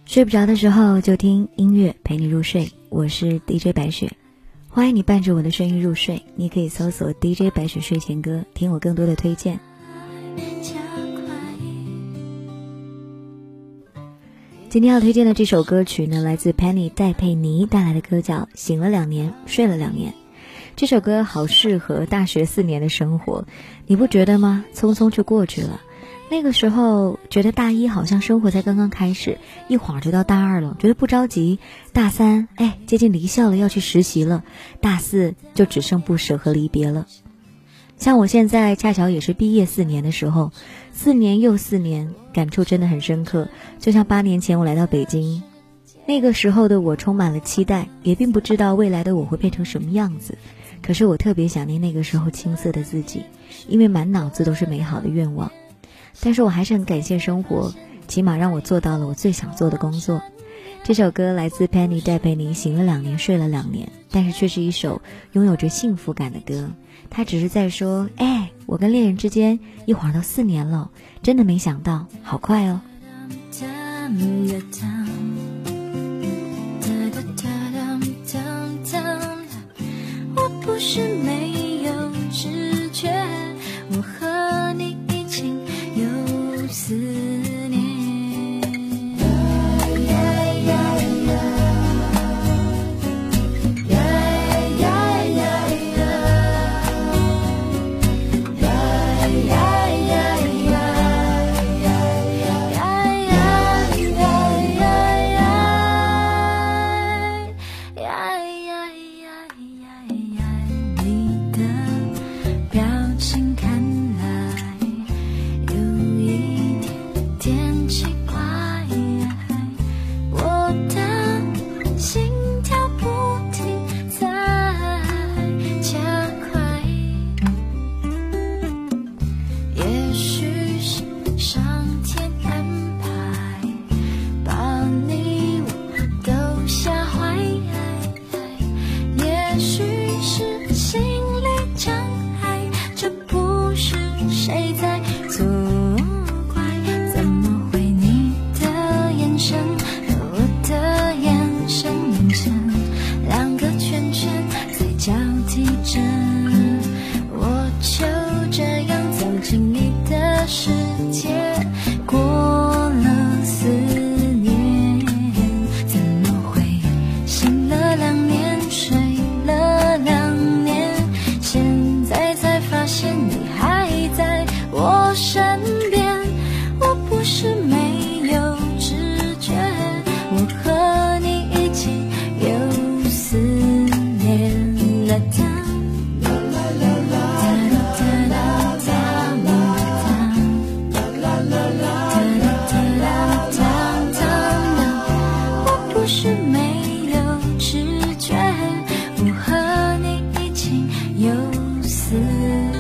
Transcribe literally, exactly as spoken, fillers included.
睡不着的时候就听音乐陪你入睡，我是 D J 白雪，欢迎你伴着我的声音入睡。你可以搜索 D J 白雪睡前歌，听我更多的推荐。今天要推荐的这首歌曲呢，来自 Penny 戴佩妮带来的歌叫《醒了两年，睡了两年》。这首歌好适合大学四年的生活，你不觉得吗？匆匆就过去了。那个时候觉得大一好像生活才刚刚开始，一会儿就到大二了，觉得不着急。大三，哎，接近离校了，要去实习了。大四就只剩不舍和离别了。像我现在恰巧也是毕业四年的时候，四年又四年，感触真的很深刻。就像八年前我来到北京，那个时候的我充满了期待，也并不知道未来的我会变成什么样子。可是我特别想念那个时候青涩的自己，因为满脑子都是美好的愿望。但是我还是很感谢生活，起码让我做到了我最想做的工作。这首歌来自 Penny 戴佩妮，醒了两年，睡了两年，但是却是一首拥有着幸福感的歌。他只是在说，哎，我跟恋人之间一会儿都四年了，真的没想到，好快哦。 我不是没有知觉，我和你已经有思念。思